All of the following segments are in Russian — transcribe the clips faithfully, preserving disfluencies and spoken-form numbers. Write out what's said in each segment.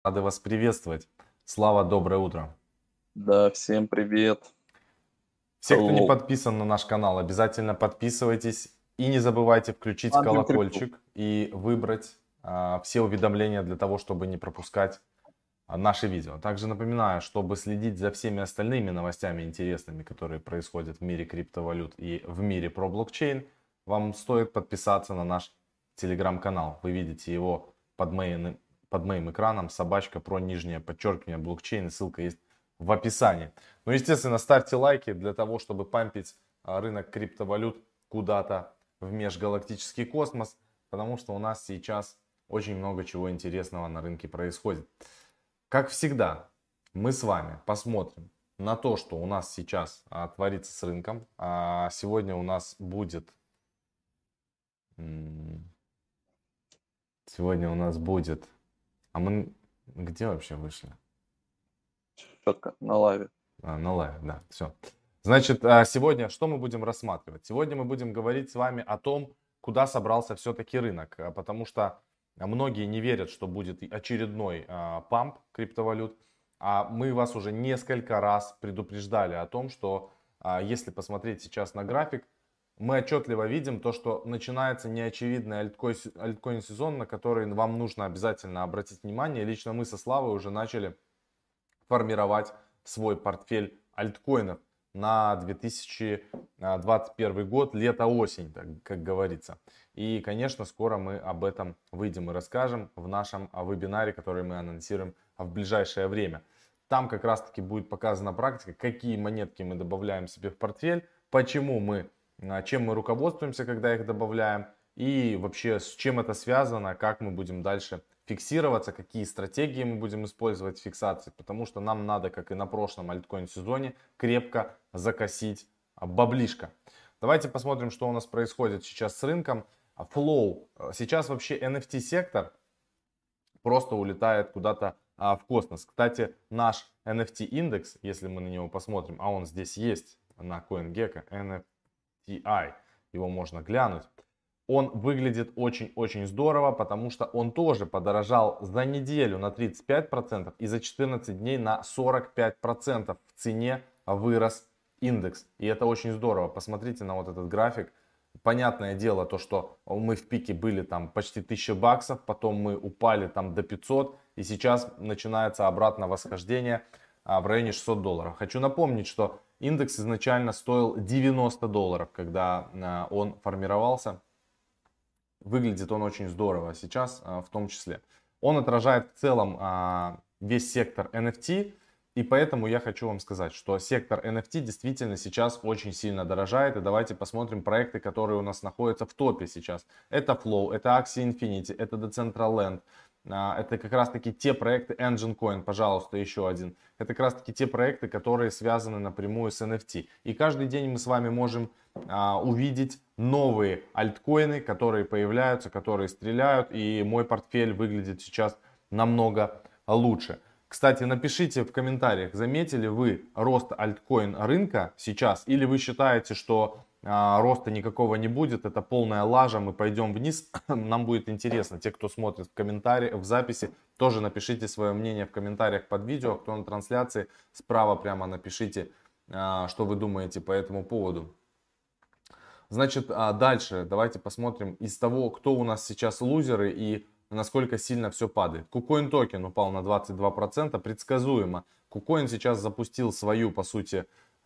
Рады вас приветствовать. Слава, доброе утро. Да, всем привет. Все, кто не Hello. подписан на наш канал, обязательно подписывайтесь. И не забывайте включить Андрей Крюков. колокольчик и выбрать а, все уведомления для того, чтобы не пропускать а, наши видео. Также напоминаю, чтобы следить за всеми остальными новостями интересными, которые происходят в мире криптовалют и в мире про блокчейн, вам стоит подписаться на наш телеграм-канал. Вы видите его под моим, под моим экраном, собачка про нижнее подчеркивание блокчейн, и ссылка есть в описании. Ну, естественно, ставьте лайки для того, чтобы пампить а, рынок криптовалют куда-то в межгалактический космос, потому что у нас сейчас очень много чего интересного на рынке происходит. Как всегда, мы с вами посмотрим на то, что у нас сейчас а, творится с рынком. А, сегодня у нас будет... Сегодня у нас будет... А мы где вообще вышли? Четко, на лаве. А, на лайв, да, все. Значит, а, сегодня что мы будем рассматривать? Сегодня мы будем говорить с вами о том, куда собрался все-таки рынок. а, Потому что многие не верят, что будет очередной а, памп криптовалют. А мы вас уже несколько раз предупреждали о том, что а, если посмотреть сейчас на график, мы отчетливо видим то, что начинается неочевидный альткоин сезон, на который вам нужно обязательно обратить внимание. Лично мы со Славой уже начали формировать свой портфель альткоинов на две тысячи двадцать первый год, лето-осень, как говорится. И, конечно, скоро мы об этом выйдем и расскажем в нашем вебинаре, который мы анонсируем в ближайшее время. Там как раз-таки будет показана практика, какие монетки мы добавляем себе в портфель, почему мы, чем мы руководствуемся, когда их добавляем, и вообще с чем это связано, как мы будем дальше фиксироваться, какие стратегии мы будем использовать в фиксации, потому что нам надо, как и на прошлом альткоин сезоне, крепко закосить баблишко. Давайте посмотрим, что у нас происходит сейчас с рынком. Flow. Сейчас вообще эн эф ти сектор просто улетает куда-то а, в космос. Кстати, наш эн эф ти индекс, если мы на него посмотрим, а он здесь есть на CoinGecko, эн эф ти ай, его можно глянуть. Он выглядит очень-очень здорово, потому что он тоже подорожал за неделю на тридцать пять процентов и за четырнадцать дней на сорок пять процентов в цене вырос индекс. И это очень здорово. Посмотрите на вот этот график. Понятное дело, то, что мы в пике были там почти тысяча баксов, потом мы упали там до пятисот, и сейчас начинается обратно восхождение в районе шестисот долларов. Хочу напомнить, что индекс изначально стоил девяносто долларов, когда он формировался. Выглядит он очень здорово сейчас в том числе. Он отражает в целом весь сектор эн эф ти. И поэтому я хочу вам сказать, что сектор эн эф ти действительно сейчас очень сильно дорожает. И давайте посмотрим проекты, которые у нас находятся в топе сейчас. Это Flow, это Axie Infinity, это Decentraland. Это как раз таки те проекты, Engine Coin, пожалуйста, еще один. Это как раз таки те проекты, которые связаны напрямую с эн эф ти. И каждый день мы с вами можем а, увидеть новые альткоины, которые появляются, которые стреляют. И мой портфель выглядит сейчас намного лучше. Кстати, напишите в комментариях, заметили вы рост альткоин рынка сейчас, или вы считаете, что а, роста никакого не будет, это полная лажа, мы пойдем вниз. Нам будет интересно. Те, кто смотрит в комментариях, в записи, тоже напишите свое мнение в комментариях под видео. Кто на трансляции, справа прямо напишите, а, что вы думаете по этому поводу. Значит, а дальше давайте посмотрим из того, кто у нас сейчас лузеры и насколько сильно все падает. KuCoin токен упал на двадцать два процента, предсказуемо. KuCoin сейчас запустил свою, по сути,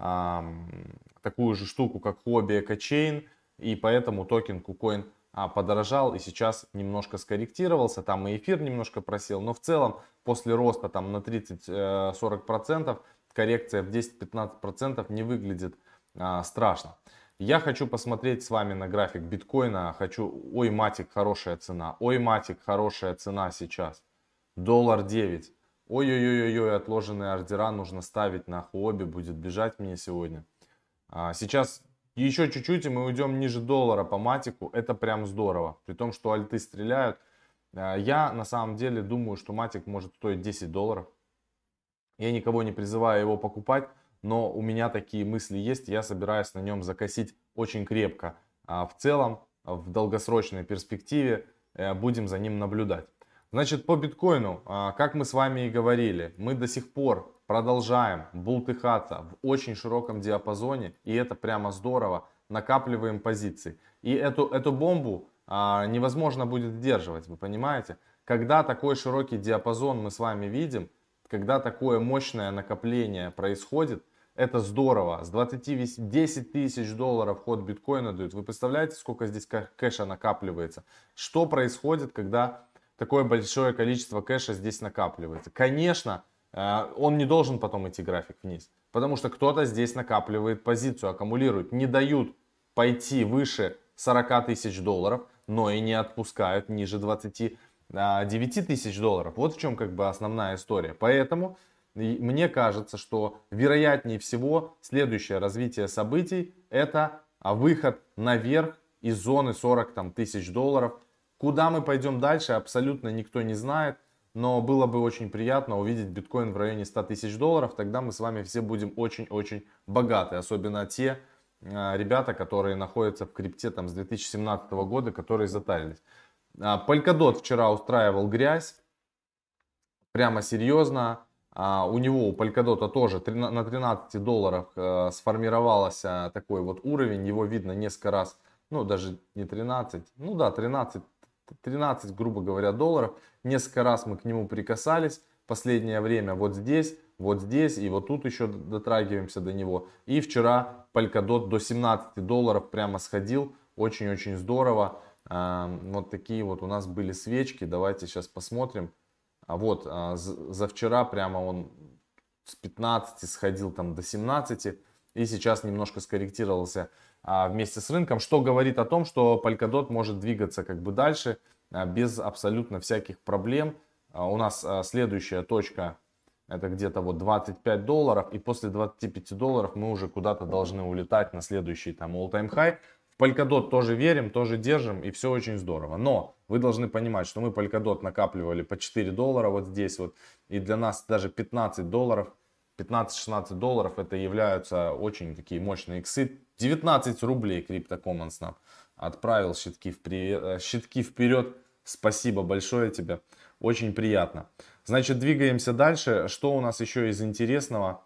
такую же штуку, как Huobi EcoChain, и поэтому токен KuCoin подорожал и сейчас немножко скорректировался, там и эфир немножко просел, но в целом после роста там на тридцать-сорок процентов коррекция в десять-пятнадцать процентов не выглядит а, страшно. Я хочу посмотреть с вами на график биткоина. Хочу... Ой, матик, хорошая цена. Ой, матик, хорошая цена сейчас. Доллар девять. Ой-ой-ой-ой, отложенные ордера нужно ставить на Huobi. Будет бежать мне сегодня. А сейчас еще чуть-чуть и мы уйдем ниже доллара по матику. Это прям здорово. При том, что альты стреляют. Я на самом деле думаю, что матик может стоить десять долларов. Я никого не призываю его покупать. Но у меня такие мысли есть, я собираюсь на нем закосить очень крепко. А в целом, в долгосрочной перспективе будем за ним наблюдать. Значит, по биткоину, а, как мы с вами и говорили, мы до сих пор продолжаем бултыхаться в очень широком диапазоне, и это прямо здорово, накапливаем позиции. И эту, эту бомбу а, невозможно будет сдерживать, вы понимаете? Когда такой широкий диапазон мы с вами видим, когда такое мощное накопление происходит, это здорово. С двадцати десять тысяч долларов ход биткоина дают. Вы представляете, сколько здесь кэша накапливается? Что происходит, когда такое большое количество кэша здесь накапливается? Конечно, он не должен потом идти график вниз. Потому что кто-то здесь накапливает позицию, аккумулирует. Не дают пойти выше сорока тысяч долларов, но и не отпускают ниже двадцати девяти тысяч долларов. Вот в чем как бы основная история. Поэтому мне кажется, что вероятнее всего следующее развитие событий это выход наверх из зоны сорок тысяч долларов. Куда мы пойдем дальше, абсолютно никто не знает. Но было бы очень приятно увидеть биткоин в районе ста тысяч долларов. Тогда мы с вами все будем очень-очень богаты. Особенно те ребята, которые находятся в крипте там, с две тысячи семнадцатого года, которые затарились. Polkadot вчера устраивал грязь, прямо серьезно. У него, у Polkadot тоже на тринадцати долларах сформировался такой вот уровень. Его видно несколько раз, ну даже не тринадцать, ну да, тринадцать, тринадцать, грубо говоря, долларов. Несколько раз мы к нему прикасались. Последнее время вот здесь, вот здесь и вот тут еще дотрагиваемся до него. И вчера Polkadot до семнадцати долларов прямо сходил. Очень-очень здорово. Вот такие вот у нас были свечки. Давайте сейчас посмотрим. А вот за вчера прямо он с пятнадцати сходил там до семнадцати. И сейчас немножко скорректировался вместе с рынком. Что говорит о том, что Polkadot может двигаться как бы дальше без абсолютно всяких проблем. У нас следующая точка это где-то вот двадцать пять долларов. И после двадцати пяти долларов мы уже куда-то должны улетать на следующий там all-time high. В Polkadot тоже верим, тоже держим, и все очень здорово. Но вы должны понимать, что мы Polkadot накапливали по четыре доллара вот здесь вот. И для нас даже пятнадцать долларов, пятнадцать-шестнадцать долларов это являются очень такие мощные иксы. девятнадцать рублей Crypto Commons нам отправил щитки, впри... щитки вперед. Спасибо большое тебе, очень приятно. Значит, двигаемся дальше. Что у нас еще из интересного?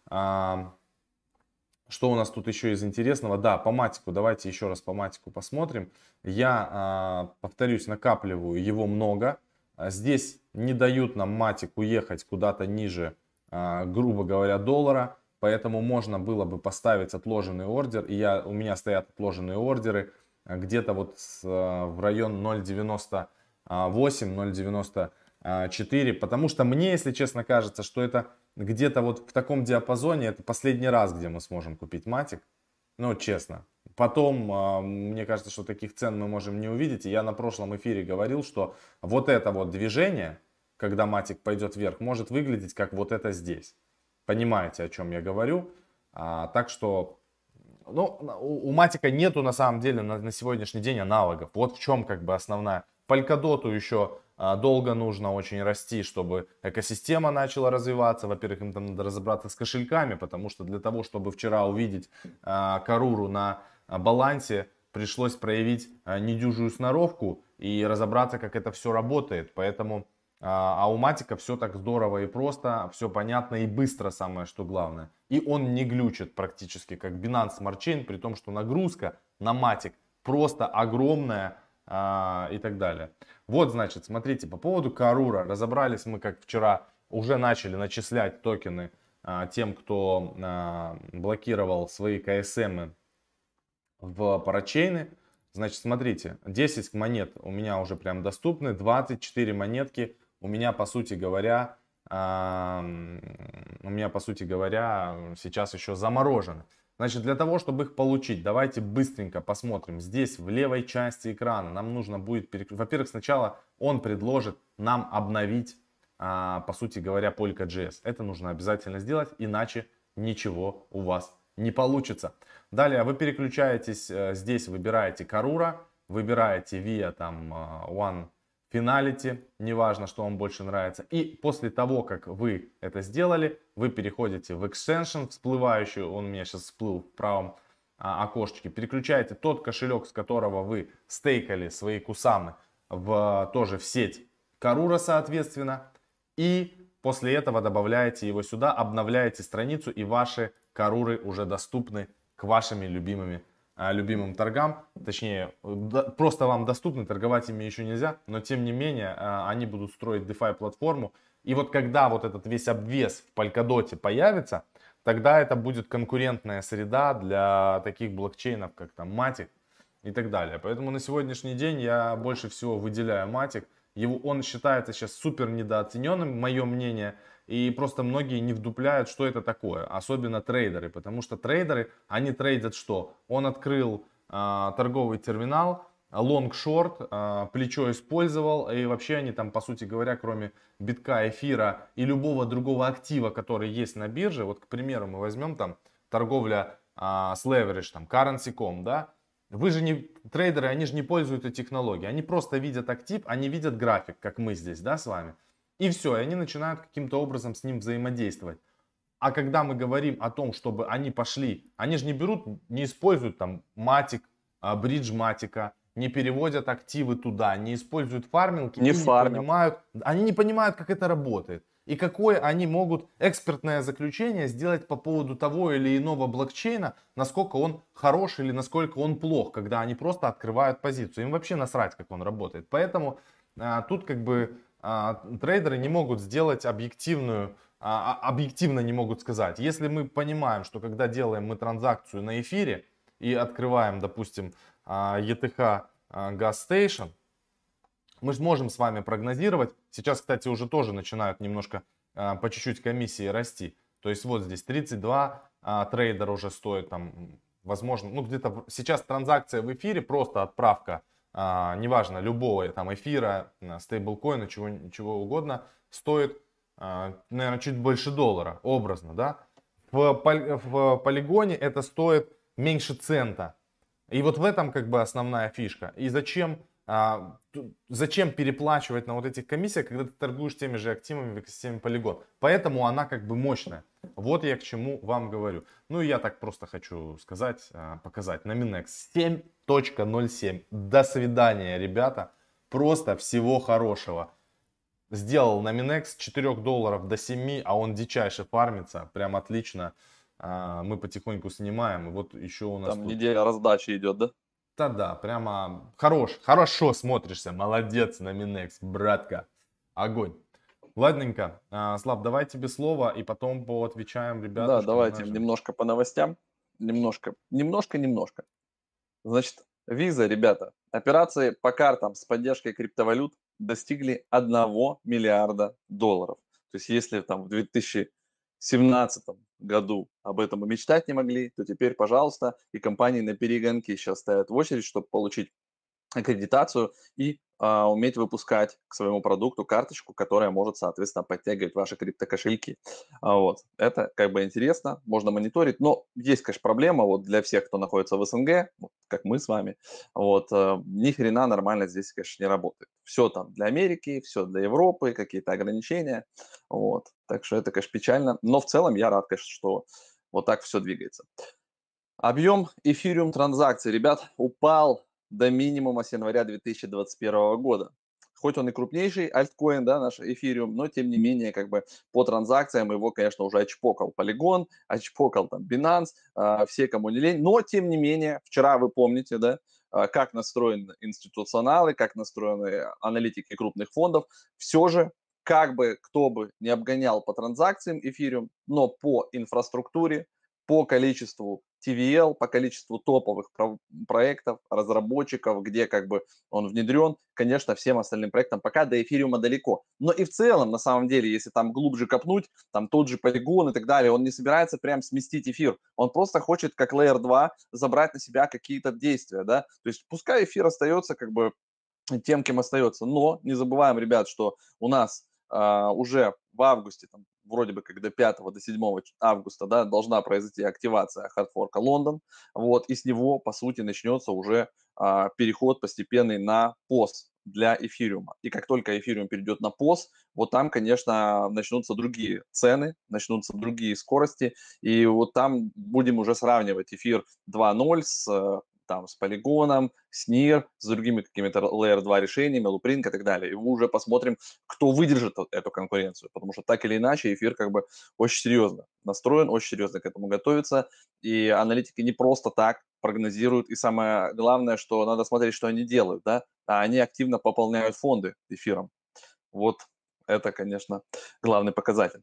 Что у нас тут еще из интересного? Да, по матику. Давайте еще раз по матику посмотрим. Я, повторюсь, накапливаю его много. Здесь не дают нам матик уехать куда-то ниже, грубо говоря, доллара. Поэтому можно было бы поставить отложенный ордер. И я, у меня стоят отложенные ордеры где-то вот с, в район ноль девяносто восемь, ноль девяносто четыре. Потому что мне, если честно, кажется, что это где-то вот в таком диапазоне, это последний раз, где мы сможем купить матик. Ну, честно. Потом, мне кажется, что таких цен мы можем не увидеть. И я на прошлом эфире говорил, что вот это вот движение, когда матик пойдет вверх, может выглядеть как вот это здесь. Понимаете, о чем я говорю? А, так что, ну, у, у матика нету на самом деле на, на сегодняшний день аналогов. Вот в чем как бы основная. Polkadot еще а, долго нужно очень расти, чтобы экосистема начала развиваться. Во-первых, им там надо разобраться с кошельками, потому что для того, чтобы вчера увидеть а, Каруру на а, балансе, пришлось проявить а, недюжую сноровку и разобраться, как это все работает. Поэтому... А у матика все так здорово и просто, все понятно и быстро, самое что главное. И он не глючит практически, как Binance Smart Chain, при том, что нагрузка на матик просто огромная а, и так далее. Вот, значит, смотрите, по поводу Карура. Разобрались мы, как вчера, уже начали начислять токены а, тем, кто а, блокировал свои ка эс эм в парачейны. Значит, смотрите, десять монет у меня уже прям доступны, двадцать четыре монетки. У меня, по сути говоря, э, у меня, по сути говоря, сейчас еще заморожены. Значит, для того, чтобы их получить, давайте быстренько посмотрим. Здесь, в левой части экрана, нам нужно будет... Перек... Во-первых, сначала он предложит нам обновить, э, по сути говоря, Polka.js. Это нужно обязательно сделать, иначе ничего у вас не получится. Далее вы переключаетесь, э, здесь выбираете Karura, выбираете via там э, One... Finality, неважно, что вам больше нравится. И после того, как вы это сделали, вы переходите в Extension, всплывающий, он у меня сейчас всплыл в правом а, окошечке. Переключаете тот кошелек, с которого вы стейкали свои кусамы, в, тоже в сеть Карура, соответственно, и после этого добавляете его сюда, обновляете страницу, и ваши Каруры уже доступны к вашими любимыми, а, любимым торгам. Точнее, да, просто вам доступны, торговать ими еще нельзя, но тем не менее а, они будут строить DeFi платформу. И вот когда вот этот весь обвес в Polkadot появится, тогда это будет конкурентная среда для таких блокчейнов, как там Matic и так далее. Поэтому на сегодняшний день я больше всего выделяю Matic. Его, он считается сейчас супер недооцененным, мое мнение. И просто многие не вдупляют, что это такое. Особенно трейдеры. Потому что трейдеры, они трейдят что? Он открыл а, торговый терминал, лонг-шорт, а, плечо использовал. И вообще они там, по сути говоря, кроме битка, эфира и любого другого актива, который есть на бирже. Вот, к примеру, мы возьмем там торговля а, с leverage, там, currency точка ком, да. Вы же не трейдеры, они же не пользуются технологией. Они просто видят актив, они видят график, как мы здесь, да, с вами. И все, и они начинают каким-то образом с ним взаимодействовать. А когда мы говорим о том, чтобы они пошли, они же не берут, не используют там матик, бридж матика, не переводят активы туда, не используют фарминг, Не и не фармят. понимают, они не понимают, как это работает. И какое они могут экспертное заключение сделать по поводу того или иного блокчейна, насколько он хорош или насколько он плох, когда они просто открывают позицию. Им вообще насрать, как он работает. Поэтому а, тут как бы а, трейдеры не могут сделать объективную, а, объективно не могут сказать. Если мы понимаем, что когда делаем мы транзакцию на эфире и открываем, допустим, а, и ти эйч а, Gas Station, мы же можем с вами прогнозировать. Сейчас, кстати, уже тоже начинают немножко а, по чуть-чуть комиссии расти. То есть вот здесь тридцать два а, трейдер уже стоит там, возможно, ну где-то сейчас транзакция в эфире, просто отправка, а, неважно, любого там эфира, стейблкоина, чего, чего угодно, стоит, а, наверное, чуть больше доллара, образно, да. В, в полигоне это стоит меньше цента. И вот в этом как бы основная фишка. И зачем А, зачем переплачивать на вот этих комиссиях, когда ты торгуешь теми же активами в экосистеме Polygon? Поэтому она как бы мощная. Вот я к чему вам говорю. Ну и я так просто хочу сказать, показать. Nominex семь точка ноль семь. До свидания, ребята. Просто всего хорошего. Сделал Nominex с четырёх долларов до семи, а он дичайше фармится. Прям отлично. Мы потихоньку снимаем. И вот еще у нас Там тут... неделя раздачи идет, да? Да-да, прямо хорош, хорошо смотришься, молодец, Nominex, братка, огонь. Ладненько, а, Слав, давай тебе слово, и потом поотвечаем Да, ребятушкам давайте нашим. немножко по новостям. Немножко, немножко, немножко. Значит, Visa, ребята, операции по картам с поддержкой криптовалют достигли одного миллиарда долларов. То есть если там в две тысячи семнадцатом году об этом и мечтать не могли, то теперь, пожалуйста, и компании на перегонки сейчас стоят в очередь, чтобы получить аккредитацию и а, уметь выпускать к своему продукту карточку, которая может, соответственно, подтягивать ваши криптокошельки. А, вот. Это как бы интересно, можно мониторить, но есть, конечно, проблема вот для всех, кто находится в СНГ, вот, как мы с вами, вот, а, ни хрена нормально здесь, конечно, не работает. Все там для Америки, все для Европы, какие-то ограничения, вот. Так что это, конечно, печально, но в целом я рад, конечно, что вот так все двигается. Объем эфириум транзакций, ребят, упал до минимума с января две тысячи двадцать первого года. Хоть он и крупнейший альткоин, да, наш эфириум, но тем не менее, как бы по транзакциям его, конечно, уже очпокал Polygon, очпокал там Binance, э, все, кому не лень. Но, тем не менее, вчера вы помните, да, э, как настроены институционалы, как настроены аналитики крупных фондов. Все же, как бы кто бы не обгонял по транзакциям эфириум, но по инфраструктуре, по количеству ти ви эл, по количеству топовых про- проектов, разработчиков, где как бы он внедрен, конечно, всем остальным проектам пока до эфириума далеко. Но и в целом, на самом деле, если там глубже копнуть, там тот же Polygon и так далее, он не собирается прям сместить эфир. Он просто хочет, как Layer два, забрать на себя какие-то действия, да. То есть пускай эфир остается как бы тем, кем остается. Но не забываем, ребят, что у нас а, уже в августе, там, вроде бы как до пятого, до седьмого августа, да, должна произойти активация хардфорка Лондон, вот, и с него, по сути, начнется уже а, переход постепенный на пос для эфириума. И как только эфириум перейдет на пос, вот там, конечно, начнутся другие цены, начнутся другие скорости, и вот там будем уже сравнивать эфир два ноль с там с Polygon, с нир, с другими какими-то лэйер два решениями, Loopring и так далее. И мы уже посмотрим, кто выдержит эту конкуренцию, потому что так или иначе эфир как бы очень серьезно настроен, очень серьезно к этому готовится, и аналитики не просто так прогнозируют, и самое главное, что надо смотреть, что они делают, да, а они активно пополняют фонды эфиром. Вот это, конечно, главный показатель.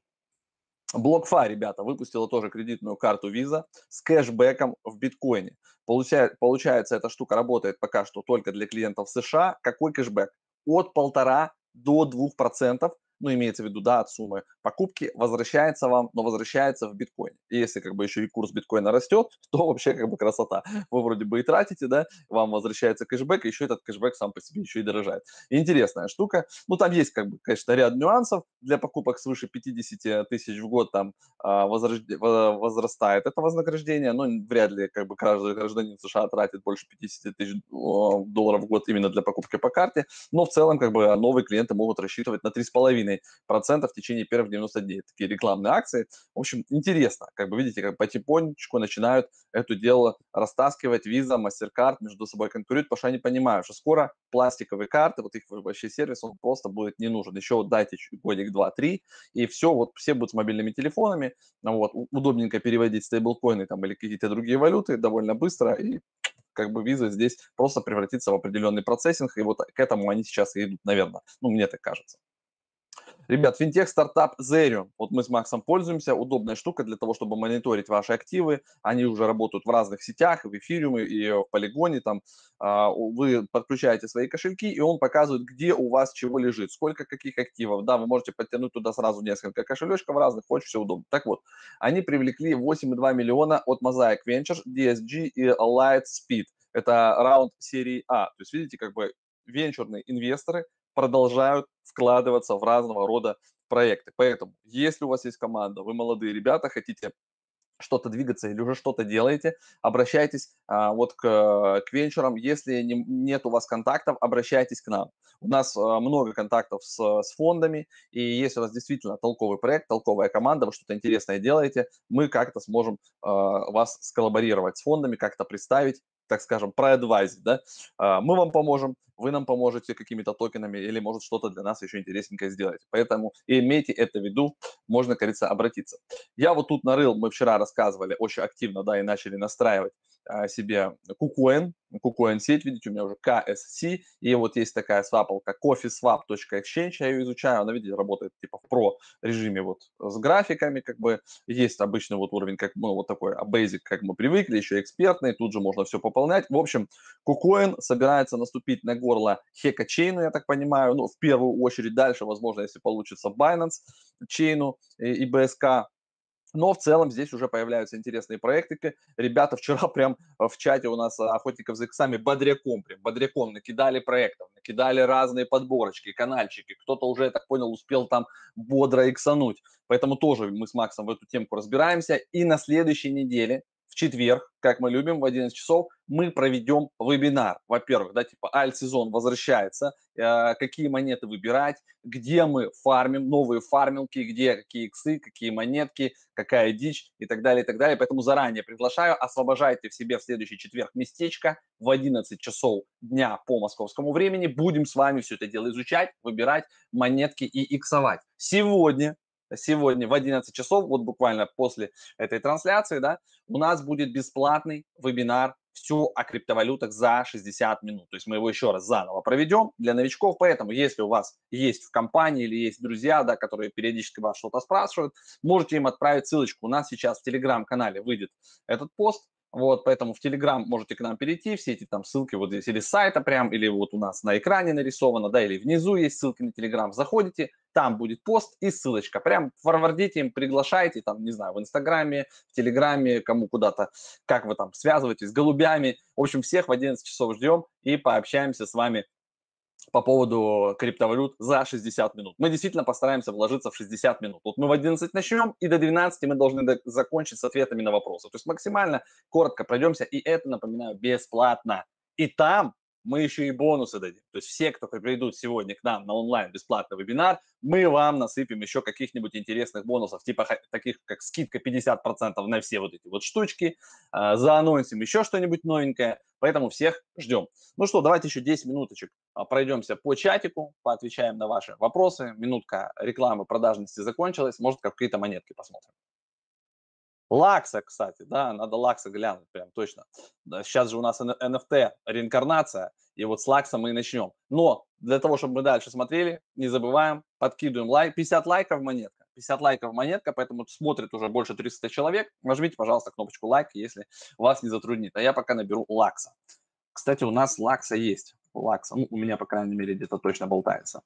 BlockFi, ребята, выпустила тоже кредитную карту Visa с кэшбэком в биткоине. Получается, получается, эта штука работает пока что только для клиентов США. Какой кэшбэк? От полтора до двух процентов, ну, имеется в виду, да, от суммы покупки, возвращается вам, но возвращается в биткоине. И если как бы еще и курс биткоина растет, то вообще как бы красота. Вы вроде бы и тратите, да, вам возвращается кэшбэк, и еще этот кэшбэк сам по себе еще и дорожает. Интересная штука. Ну, там есть, как бы, конечно, ряд нюансов. Для покупок свыше пятьдесят тысяч в год там а, возрожде- во- возрастает это вознаграждение, но вряд ли как бы каждый гражданин США тратит больше пятьдесят тысяч о, долларов в год именно для покупки по карте. Но в целом как бы новые клиенты могут рассчитывать на три с половиной процента в течение первых девяноста дней. Такие рекламные акции. В общем, интересно. Как бы видите, как потихонечку начинают это дело растаскивать. Visa, MasterCard между собой конкурируют, потому что они понимают, что скоро пластиковые карты, вот их вообще сервис, он просто будет не нужен. Еще вот дайте годик, два, три, и все, вот все будут с мобильными телефонами, ну вот, удобненько переводить стейблкоины там или какие-то другие валюты довольно быстро, и как бы Visa здесь просто превратится в определенный процессинг, и вот к этому они сейчас и идут, наверное. Ну, мне так кажется. Ребят, финтех стартап Zerion. Вот мы с Максом пользуемся. Удобная штука для того, чтобы мониторить ваши активы. Они уже работают в разных сетях, в эфириуме и в полигоне. Там а, вы подключаете свои кошельки, и он показывает, где у вас чего лежит, сколько каких активов. Да, вы можете подтянуть туда сразу несколько кошелечков разных, очень все удобно. Так вот, они привлекли восемь целых два миллиона от Mosaic Ventures, ди эс джи и Lightspeed. Это раунд серии А. То есть, видите, как бы венчурные инвесторы продолжают вкладываться в разного рода проекты. Поэтому, если у вас есть команда, вы молодые ребята, хотите что-то двигаться или уже что-то делаете, обращайтесь а, вот к, к венчурам. Если не, нет у вас контактов, обращайтесь к нам. У нас а, много контактов с, с фондами, и если у вас действительно толковый проект, толковая команда, вы что-то интересное делаете, мы как-то сможем а, вас сколлаборировать с фондами, как-то представить, так скажем, проадвайзить, да, А, мы вам поможем, вы нам поможете какими-то токенами или, может, что-то для нас еще интересненькое сделать. Поэтому имейте это в виду, можно, как говорится, обратиться. Я вот тут нарыл, мы вчера рассказывали очень активно, да, и начали настраивать а, себе KuCoin, KuCoin сеть, видите, у меня уже кей эс си, и вот есть такая свапалка coffeeswap точка exchange, я ее изучаю, она, видите, работает типа в про режиме вот с графиками, как бы, есть обычный вот уровень, как мы, вот такой, а basic, как мы привыкли, еще экспертный, тут же можно все пополнять. В общем, KuCoin собирается наступить на горло Heka-чейну, я так понимаю, ну, в первую очередь, дальше, возможно, если получится, Binance чейну и, и би эс кей. Но в целом здесь уже появляются интересные проекты. Ребята вчера прям в чате у нас охотников за иксами бодряком, прям бодряком накидали проектов, накидали разные подборочки, канальчики. Кто-то уже, я так понял, успел там бодро иксануть. Поэтому тоже мы с Максом в эту темку разбираемся. И на следующей неделе, в четверг, как мы любим, в одиннадцать часов, мы проведем вебинар. Во-первых, да, типа альт-сезон возвращается, э, какие монеты выбирать, где мы фармим, новые фармилки, где какие иксы, какие монетки, какая дичь и так далее, и так далее. Поэтому заранее приглашаю, освобождайте в себе в следующий четверг местечко в одиннадцать часов дня по московскому времени. Будем с вами все это дело изучать, выбирать монетки и иксовать. Сегодня, сегодня в одиннадцать часов, вот буквально после этой трансляции, да, у нас будет бесплатный вебинар все о криптовалютах за шестьдесят минут. То есть мы его еще раз заново проведем для новичков. Поэтому, если у вас есть в компании или есть друзья, да, которые периодически вас что-то спрашивают, можете им отправить ссылочку. У нас сейчас в Телеграм-канале выйдет этот пост. Вот, поэтому в Телеграм можете к нам перейти, все эти там ссылки вот здесь или с сайта прям, или вот у нас на экране нарисовано, да, или внизу есть ссылки на Телеграм. Заходите, там будет пост и ссылочка. Прям форвардите им, приглашайте, там, не знаю, в Инстаграме, в Телеграме, кому куда-то, как вы там связываетесь, с голубями. В общем, всех в одиннадцать часов ждем и пообщаемся с вами по поводу криптовалют за шестьдесят минут. Мы действительно постараемся вложиться в шестьдесят минут. Вот мы в одиннадцать начнем, и до двенадцати мы должны до- закончить с ответами на вопросы. То есть максимально коротко пройдемся, и это, напоминаю, бесплатно. И там мы еще и бонусы дадим. То есть все, кто придут сегодня к нам на онлайн бесплатный вебинар, мы вам насыпем еще каких-нибудь интересных бонусов, типа таких, как скидка пятьдесят процентов на все вот эти вот штучки, э, заанонсим еще что-нибудь новенькое, поэтому всех ждем. Ну что, давайте еще десять минуточек пройдемся по чатику, поотвечаем на ваши вопросы. Минутка рекламы продажности закончилась, может, какие-то монетки посмотрим. Лакса, кстати, да, надо Лакса глянуть, прям точно. Да, сейчас же у нас эн эф ти реинкарнация, и вот с Лакса мы и начнем. Но для того, чтобы мы дальше смотрели, не забываем, подкидываем лайк. пятьдесят лайков монетка, пятьдесят лайков монетка, поэтому смотрит уже больше трёхсот человек. Нажмите, пожалуйста, кнопочку лайк, если вас не затруднит. А я пока наберу Лакса. Кстати, у нас Лакса есть. Лакса, ну, у меня, по крайней мере, где-то точно болтается.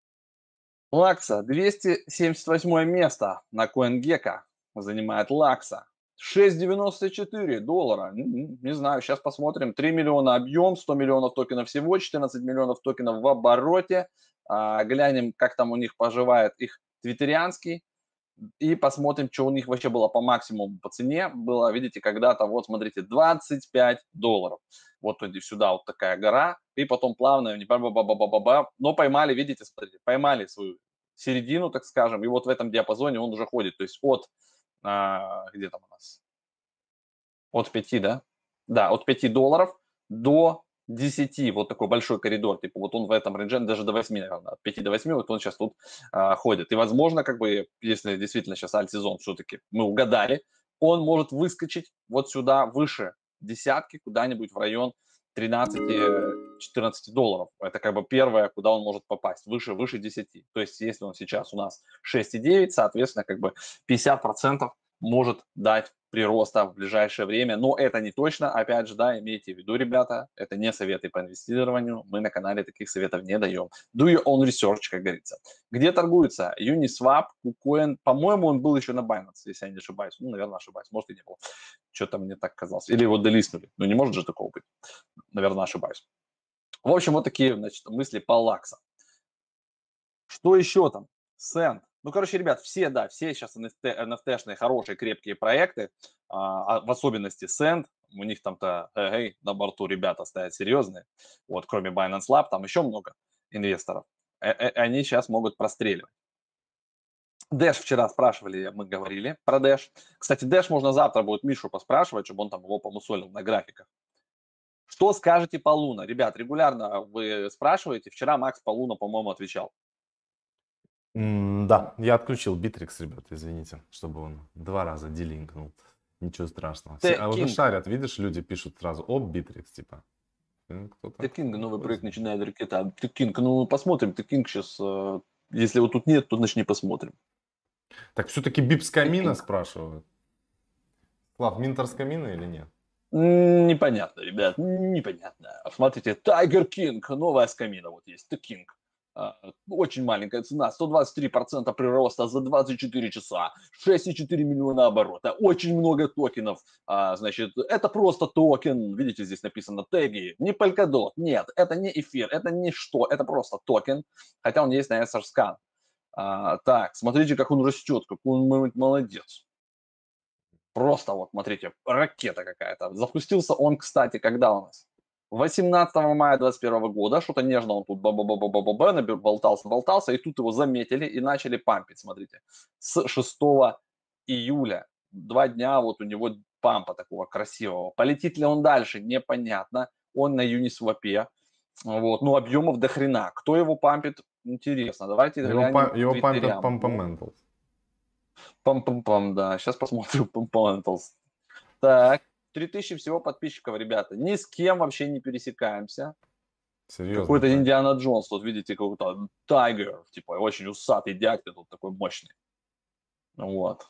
Лакса, двести семьдесят восьмое место на CoinGecko занимает Лакса. шесть девяносто четыре доллара. Не знаю, сейчас посмотрим. три миллиона объем, сто миллионов токенов всего, четырнадцать миллионов токенов в обороте. А, глянем, как там у них поживает их твиттерианский. И посмотрим, что у них вообще было по максимуму по цене. Было, видите, когда-то, вот смотрите, двадцать пять долларов. Вот иди сюда, вот такая гора. И потом плавно, ба-ба-ба-ба-ба-ба. Но поймали, видите, смотрите, поймали свою середину, так скажем. И вот в этом диапазоне он уже ходит. То есть от, а, где там у нас? От пяти, да? Да, от пяти долларов до десяти, вот такой большой коридор, типа вот он в этом рейнже, даже до восьми, наверное, от пяти до восьми, вот он сейчас тут а, ходит. И, возможно, как бы, если действительно сейчас альт-сезон все-таки мы угадали, он может выскочить вот сюда выше десятки, куда-нибудь в район тринадцати-четырнадцати долларов. Это как бы первое, куда он может попасть, выше, выше десяти. То есть, если он сейчас у нас шесть и девять, соответственно, как бы пятьдесят процентов может дать прироста в ближайшее время, но это не точно, опять же, да, имейте в виду, ребята, это не советы по инвестированию, мы на канале таких советов не даем. Do your own research, как говорится. Где торгуется? Uniswap, KuCoin, по-моему, он был еще на Binance, если я не ошибаюсь, ну, наверное, ошибаюсь, может и не был, что-то мне так казалось, или его делистнули, ну, не может же такого быть, наверное, ошибаюсь. В общем, вот такие, значит, мысли по лаксам. Что еще там? Сент. Ну, короче, ребят, все, да, все сейчас эн эф ти-шные хорошие, крепкие проекты, а, в особенности Send, у них там-то, эй, на борту ребята стоят серьезные, вот, кроме Binance Lab, там еще много инвесторов, э -э они сейчас могут простреливать. Dash вчера спрашивали, мы говорили про Dash. Кстати, Dash можно завтра будет Мишу поспрашивать, чтобы он там его помусолил на графиках. Что скажете по Луна? Ребят, регулярно вы спрашиваете, вчера Макс по Луна, по-моему, отвечал. М, Да, я отключил Битрикс, ребят, извините, чтобы он два раза делинкнул. Ничего страшного. Все- а уже Т-Кинг. шарят, видишь, люди пишут сразу, оп, Битрикс, типа. М, Кто-то... Т-Кинг, новый проект начинает ракета. Т-Кинг, ну посмотрим. Т-Кинг сейчас, э, если его тут нет, то значит не посмотрим. Так все-таки Бип с камина Т-Кинг. спрашивают. Слав, Минтер с камина или нет? М, Непонятно, ребят, непонятно. Смотрите, Tiger King, новая скамина вот есть, Т-Кинг. А, Очень маленькая цена, сто двадцать три процента прироста за двадцать четыре часа, шесть и четыре миллиона оборота, очень много токенов. А, значит, это просто токен, видите, здесь написано теги, не Polkadot, нет, это не эфир, это не что, это просто токен, хотя он есть на EtherScan. А, так, смотрите, как он растет, какой он молодец. Просто вот, смотрите, ракета какая-то. Запустился он, кстати, когда у нас? восемнадцатого мая двадцать первого года, что-то нежно он тут ба-ба-ба-ба-ба-ба, болтался, болтался, и тут его заметили и начали пампить, смотрите. С шестого июля, два дня вот у него пампа такого красивого. Полетит ли он дальше, непонятно. Он на Uniswap, вот, ну объемов до хрена. Кто его пампит, интересно. Давайте Его, глянем па- в его Твиттере. пампят Ну, Пампаментал. Пам-пам-пам, да. Сейчас посмотрю Пампаменталс. Так, три тысячи всего подписчиков, ребята. Ни с кем вообще не пересекаемся. Серьезно. Какой-то Индиана Джонс. Тут видите, какой-то Тайгер. Типа очень усатый дядька тут такой мощный. Вот.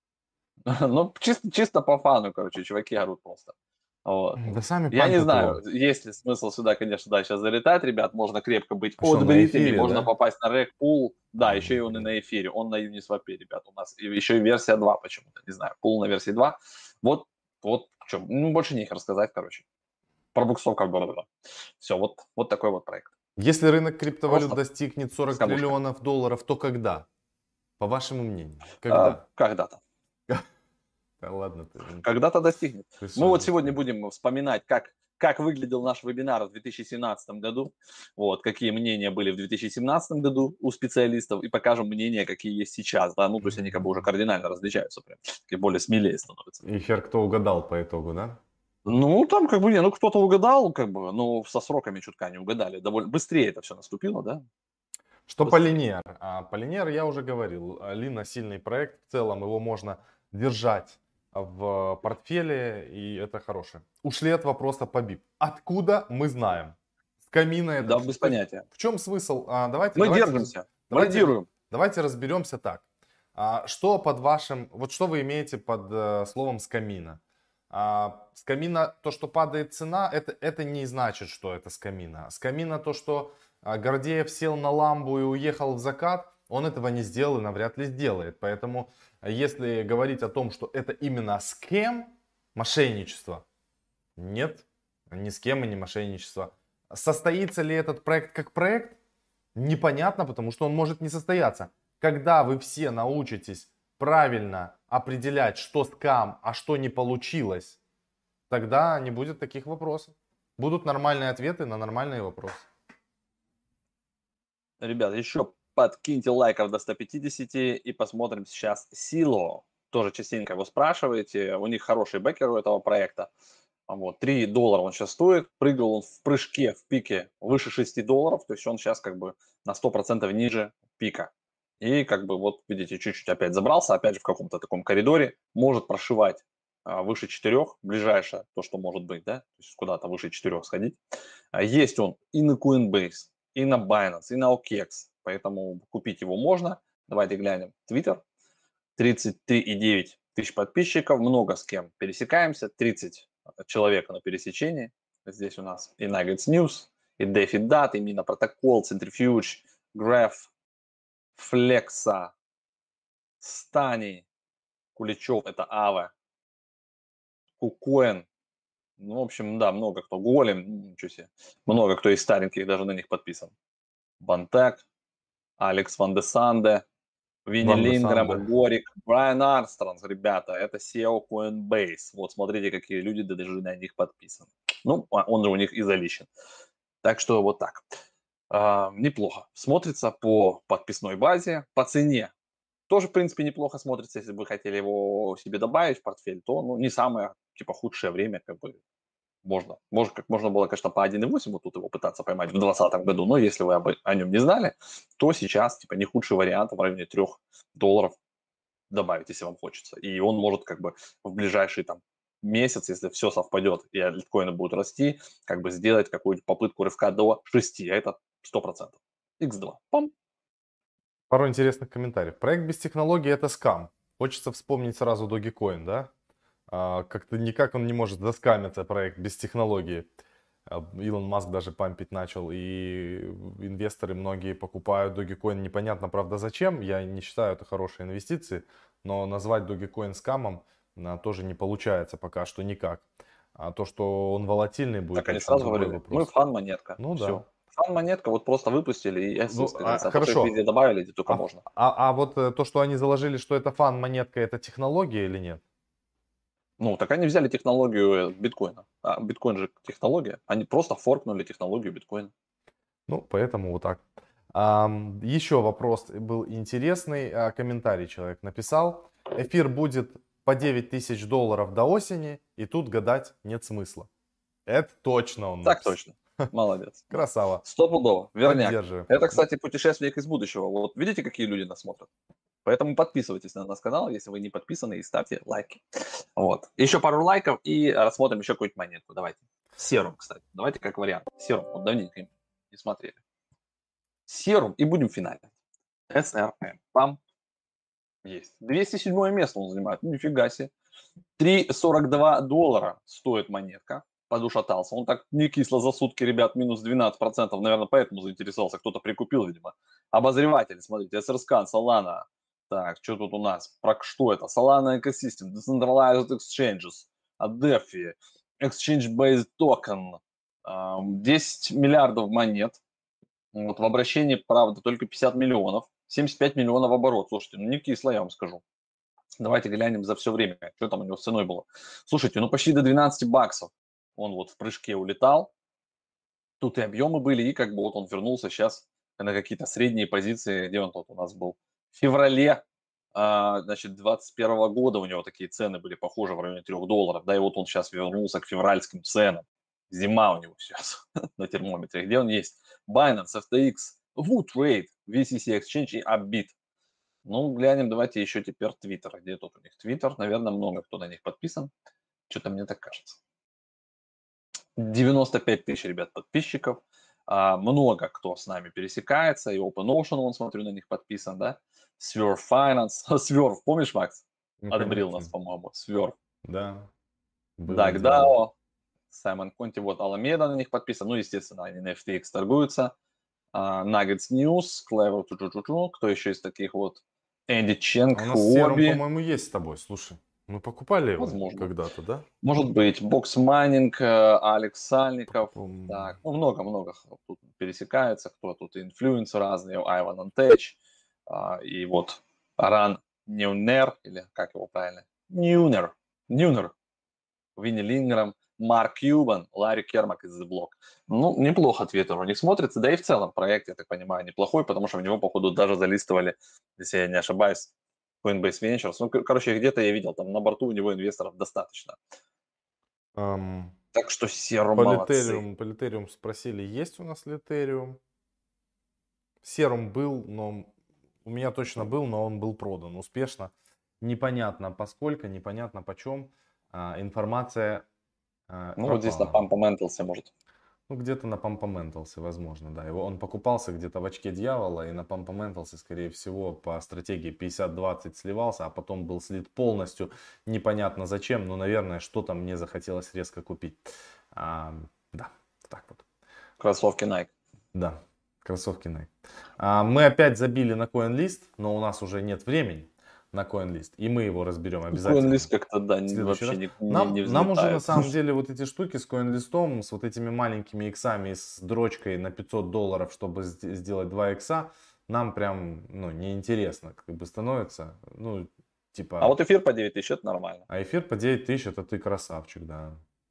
Ну, чисто, чисто по фану, короче, чуваки орут просто. Вот. Да сами Я не пампят знаю, его. есть ли смысл сюда, конечно, да, сейчас залетать, ребят. Можно крепко быть А что, на отбритыми, эфире, можно да? попасть на рек-пул. Да, А, еще и он и блин. на эфире. Он на Uniswap, ребят, у нас. И еще и версия два почему-то, не знаю. Пул на версии два. Вот, вот, что, ну, больше не их рассказать, короче. Пробуксовка, бла-бла-бла. Все, вот, вот такой вот проект. Если рынок криптовалют Просто достигнет сорок скобушка. триллионов долларов, то когда? По вашему мнению, А, когда? когда-то. Да ладно ты. м, Когда-то достигнет. ты Мы что, вот жесть. сегодня будем вспоминать, как, как выглядел наш вебинар в две тысячи семнадцатом году, вот, какие мнения были в две тысячи семнадцатом году у специалистов, и покажем мнения, какие есть сейчас, да, ну, то есть они как бы уже кардинально различаются, прям, такие более смелее становятся. И хер кто угадал по итогу, да? Ну, там как бы, не, ну, кто-то угадал, как бы, но со сроками чутка не угадали, довольно быстрее это все наступило, да, Что по быстрее. Linear? А, по Linear я уже говорил. а, Lina сильный проект. В целом его можно держать в портфеле, и это хорошее. Ушли от вопроса по бип. Откуда мы знаем? С камина это. Да, ш- без То есть понятия. в чем смысл? А, давайте, Мы давайте, раз- держимся, мы давайте, лидируем. давайте разберемся так. А, что под вашим, вот что вы имеете под э, словом с камина? А, с камина то, что падает цена, это, это не значит, что это с камина. С камина то, что а, Гордеев сел на ламбу и уехал в закат, он этого не сделал и навряд ли сделает. Поэтому, а, если говорить о том, что это именно схем, мошенничество, нет, ни схемы, ни мошенничество. Состоится ли этот проект как проект? Непонятно, потому что он может не состояться. Когда вы все научитесь правильно определять, что скам, а что не получилось, тогда не будет таких вопросов. Будут нормальные ответы на нормальные вопросы. Ребята, еще подкиньте лайков до ста пятидесяти и посмотрим сейчас Сило. Тоже частенько его спрашиваете. У них хороший бэкер у этого проекта. А Вот, три доллара он сейчас стоит. Прыгал он в прыжке, в пике выше шести долларов. То есть он сейчас как бы на сто процентов ниже пика. И как бы вот видите, чуть-чуть опять забрался, опять же в каком-то таком коридоре. Может прошивать а, выше четырех, ближайшее, то, что может быть, да, то есть куда-то выше четырех сходить. А Есть он и на Coinbase, и на Binance, и на о кекс, поэтому купить его можно. Давайте глянем. Twitter, тридцать три и девять тысяч подписчиков, много с кем пересекаемся, тридцать человек на пересечении. Здесь у нас и Nuggets News, и DeFi Dat, и Mina Protocol, Centrifuge, Graph, Flexa, Stani, Куличев, это Ава, KuCoin. Ну, в общем, да, много кто. Голем, ничего себе. Много кто из стареньких даже на них подписан. Бантек, Алекс Ван де Санде, Винни Ван де Лингрэм, Санде. Горик, Брайан Армстронг, ребята, это си и о Coinbase. Вот смотрите, какие люди да даже на них подписаны. Ну, а он же у них изолищен. Так что вот так. А, неплохо. Смотрится по подписной базе, по цене. Тоже, в принципе, неплохо смотрится, если бы вы хотели его себе добавить в портфель, то ну, не самое, типа, худшее время, как бы, можно. Может, как можно было, конечно, по один и восемь вот тут его пытаться поймать в двадцатом году, но если вы об, о нем не знали, то сейчас, типа, не худший вариант в районе трех долларов добавить, если вам хочется. И он может как бы в ближайший там месяц, если все совпадет и альткоины будут расти, как бы сделать какую-нибудь попытку рывка до шести, а это сто процентов. икс два. Пам. Пару интересных комментариев. Проект без технологий это скам. Хочется вспомнить сразу Dogecoin, да? А, как-то никак он не может заскамиться, проект без технологии. А, Илон Маск даже пампить начал, и инвесторы многие покупают Dogecoin. Непонятно, правда, зачем. Я не считаю это хорошей инвестицией, но назвать Dogecoin скамом а, тоже не получается пока что никак. А то, что он волатильный будет, Так они это там сразу другой говорили, мы вопрос. фан-монетка. Ну да. Все. Фан-монетка вот просто выпустили и Ну, а, осуществилась. А то, что их везде хорошо. добавили, где только А, можно. а, а вот э, то, что они заложили, что это фан-монетка, это технология или нет? Ну, так они взяли технологию э, биткоина. А биткоин же технология. Они просто форкнули технологию биткоина. Ну, поэтому вот так. Ам, еще вопрос был интересный. а, Комментарий человек написал. Эфир будет по девять тысяч долларов до осени, и тут гадать нет смысла. Это точно он Так написал. точно. Молодец. Красава. Стопудово. Верняк. Поддерживаю. Это, кстати, путешественник из будущего. Вот видите, какие люди нас смотрят? Поэтому подписывайтесь на наш канал, если вы не подписаны, и ставьте лайки. Вот. Еще пару лайков и рассмотрим еще какую-нибудь монетку. Давайте. Серум, кстати. Давайте как вариант. Серум. Вот давненько не смотрели. Серум. И будем финалить. эс эр эм. Пам. Есть. двести седьмое место он занимает. Ну, нифига себе. три сорок два доллара стоит монетка. Подушатался. Он так не кисло за сутки, ребят, минус двенадцать процентов. Наверное, поэтому заинтересовался. Кто-то прикупил, видимо. Обозреватели, смотрите, SRScan, Solana. Так, что тут у нас? Про что это? Solana Ecosystem, Decentralized Exchanges, Adefi, Exchange-Based Token. десять миллиардов монет. Вот, в обращении, правда, только пятьдесят миллионов. семьдесят пять миллионов оборот. Слушайте, ну не кисло, я вам скажу. Давайте глянем за все время, что там у него с ценой было. Слушайте, ну почти до двенадцати баксов он вот в прыжке улетал. Тут и объемы были, и как бы вот он вернулся сейчас на какие-то средние позиции, где он тут у нас был. В феврале, а, значит, двадцать первого года у него такие цены были похожи в районе трёх долларов, да, и вот он сейчас вернулся к февральским ценам. Зима у него сейчас на термометре. Где он есть? Binance, эф ти экс, WooTrade, ви си си Exchange и Upbit. Ну, глянем, давайте еще теперь Twitter. Где тут у них Twitter? Наверное, много кто на них подписан. Что-то мне так кажется. девяносто пять тысяч, ребят, подписчиков. А, много кто с нами пересекается. И OpenOcean, вон, смотрю, на них подписан, да. Swerve Finance. Swerve, помнишь, Макс? Ну, Отбрил нас, конечно. по-моему. Swerve. Да, было дело. DuckDAO. Саймон Конти, вот Alameda на них подписан. Ну, естественно, они на эф ти экс торгуются. А, Nuggets News, Clever, чу-чу-чу-чу. Кто еще из таких вот? Энди Ченг, А у нас серум, Huobi. по-моему, есть с тобой. Слушай, мы покупали его Возможно. когда-то, да? Может быть, Бокс Майнинг, Алекс Сальников. Пом- Так, ну много-много тут пересекается, кто тут инфлюенсеры разные, Айван Антеч, а, и вот Аран Ньюнер, или как его правильно? Ньюнер, Ньюнер, Винни Линграм, Марк Кьюбан, Ларри Кермак из The Block. Ну, неплохо Твиттер у них смотрится, да и в целом проект, я так понимаю, неплохой, потому что в него, походу, даже залистывали, если я не ошибаюсь, Coinbase Ventures. Ну, кор- короче, где-то я видел, там на борту у него инвесторов достаточно. Ам, Так что Серум По молодцы. Литериум, по Литериум спросили, есть у нас Литериум? Серум был, но у меня точно был, но он был продан успешно. Непонятно поскольку, непонятно почем. А, информация а, Ну, вот здесь на пропала. Пампаменталсе, может. Ну, где-то на Пампаменталсе, возможно, да. Его, он покупался где-то в очке дьявола, и на Пампаменталсе, скорее всего, по стратегии пятьдесят двадцать сливался, а потом был слит полностью. Непонятно зачем, но, наверное, что-то мне захотелось резко купить. А, да, так вот. Кроссовки Nike. Да, кроссовки Nike. А, мы опять забили на CoinList, но у нас уже нет времени на CoinList, и мы его разберем обязательно. CoinList как-то, да, В не- следующий вообще раз. не, не, Нам, не нам уже на взлетает. самом деле вот эти штуки с CoinList'ом, с вот этими маленькими иксами, и с дрочкой на пятьсот долларов, чтобы сд- сделать два икса, нам прям, ну, неинтересно как бы становится. Ну, типа, А вот эфир по девять тысяч, это нормально. а эфир по девять тысяч, это ты красавчик, да.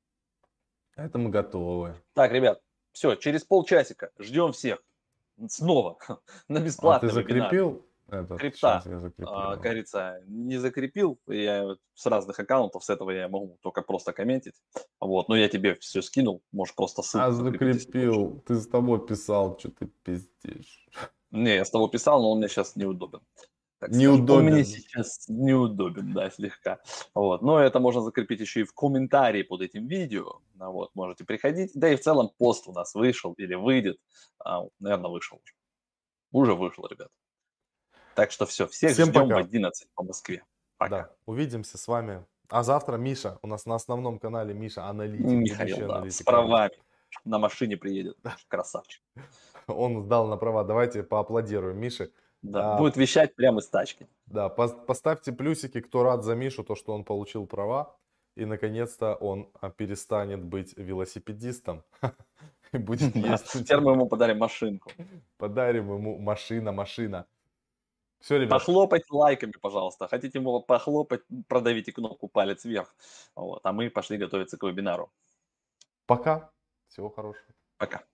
Это мы готовы. Так, ребят, все, через полчасика ждем всех снова на А ты бесплатный вебинар. закрепил этот? Крипта, Сейчас я закреплю. а, как говорится, не закрепил. Я вот с разных аккаунтов, с этого я могу только просто комментить. Вот, но я тебе все скинул, можешь просто А ссылку закрепить, если хочешь. закрепил. Ты с тобой писал, что ты пиздишь. Не, я с того писал, но он мне сейчас неудобен. Так скажем. Он Неудобен. мне сейчас неудобен, да, слегка. Вот. Но это можно закрепить еще и в комментарии под этим видео. Ну, вот, можете приходить. Да и в целом пост у нас вышел или выйдет. А, наверное, вышел уже. Уже вышел, ребят. Так что все, всех Всем ждем в пока. одиннадцать по Москве. Пока. Да, увидимся с вами. А завтра Миша, у нас на основном канале Миша аналитик, Михаил, будущий да, аналитик. с правами. На машине приедет. Красавчик. Он сдал на права. Давайте поаплодируем Мише. Да, А, будет вещать прямо из тачки. да, пос- поставьте плюсики, кто рад за Мишу, то, что он получил права. И, наконец-то, он а, перестанет быть велосипедистом. И будет Да, ездить. теперь мы ему подарим машинку. Подарим ему машина, машина. Все, ребят. Похлопать лайками, пожалуйста. Хотите ему похлопать, продавите кнопку палец вверх. Вот. А мы пошли готовиться к вебинару. Пока. Всего хорошего. Пока.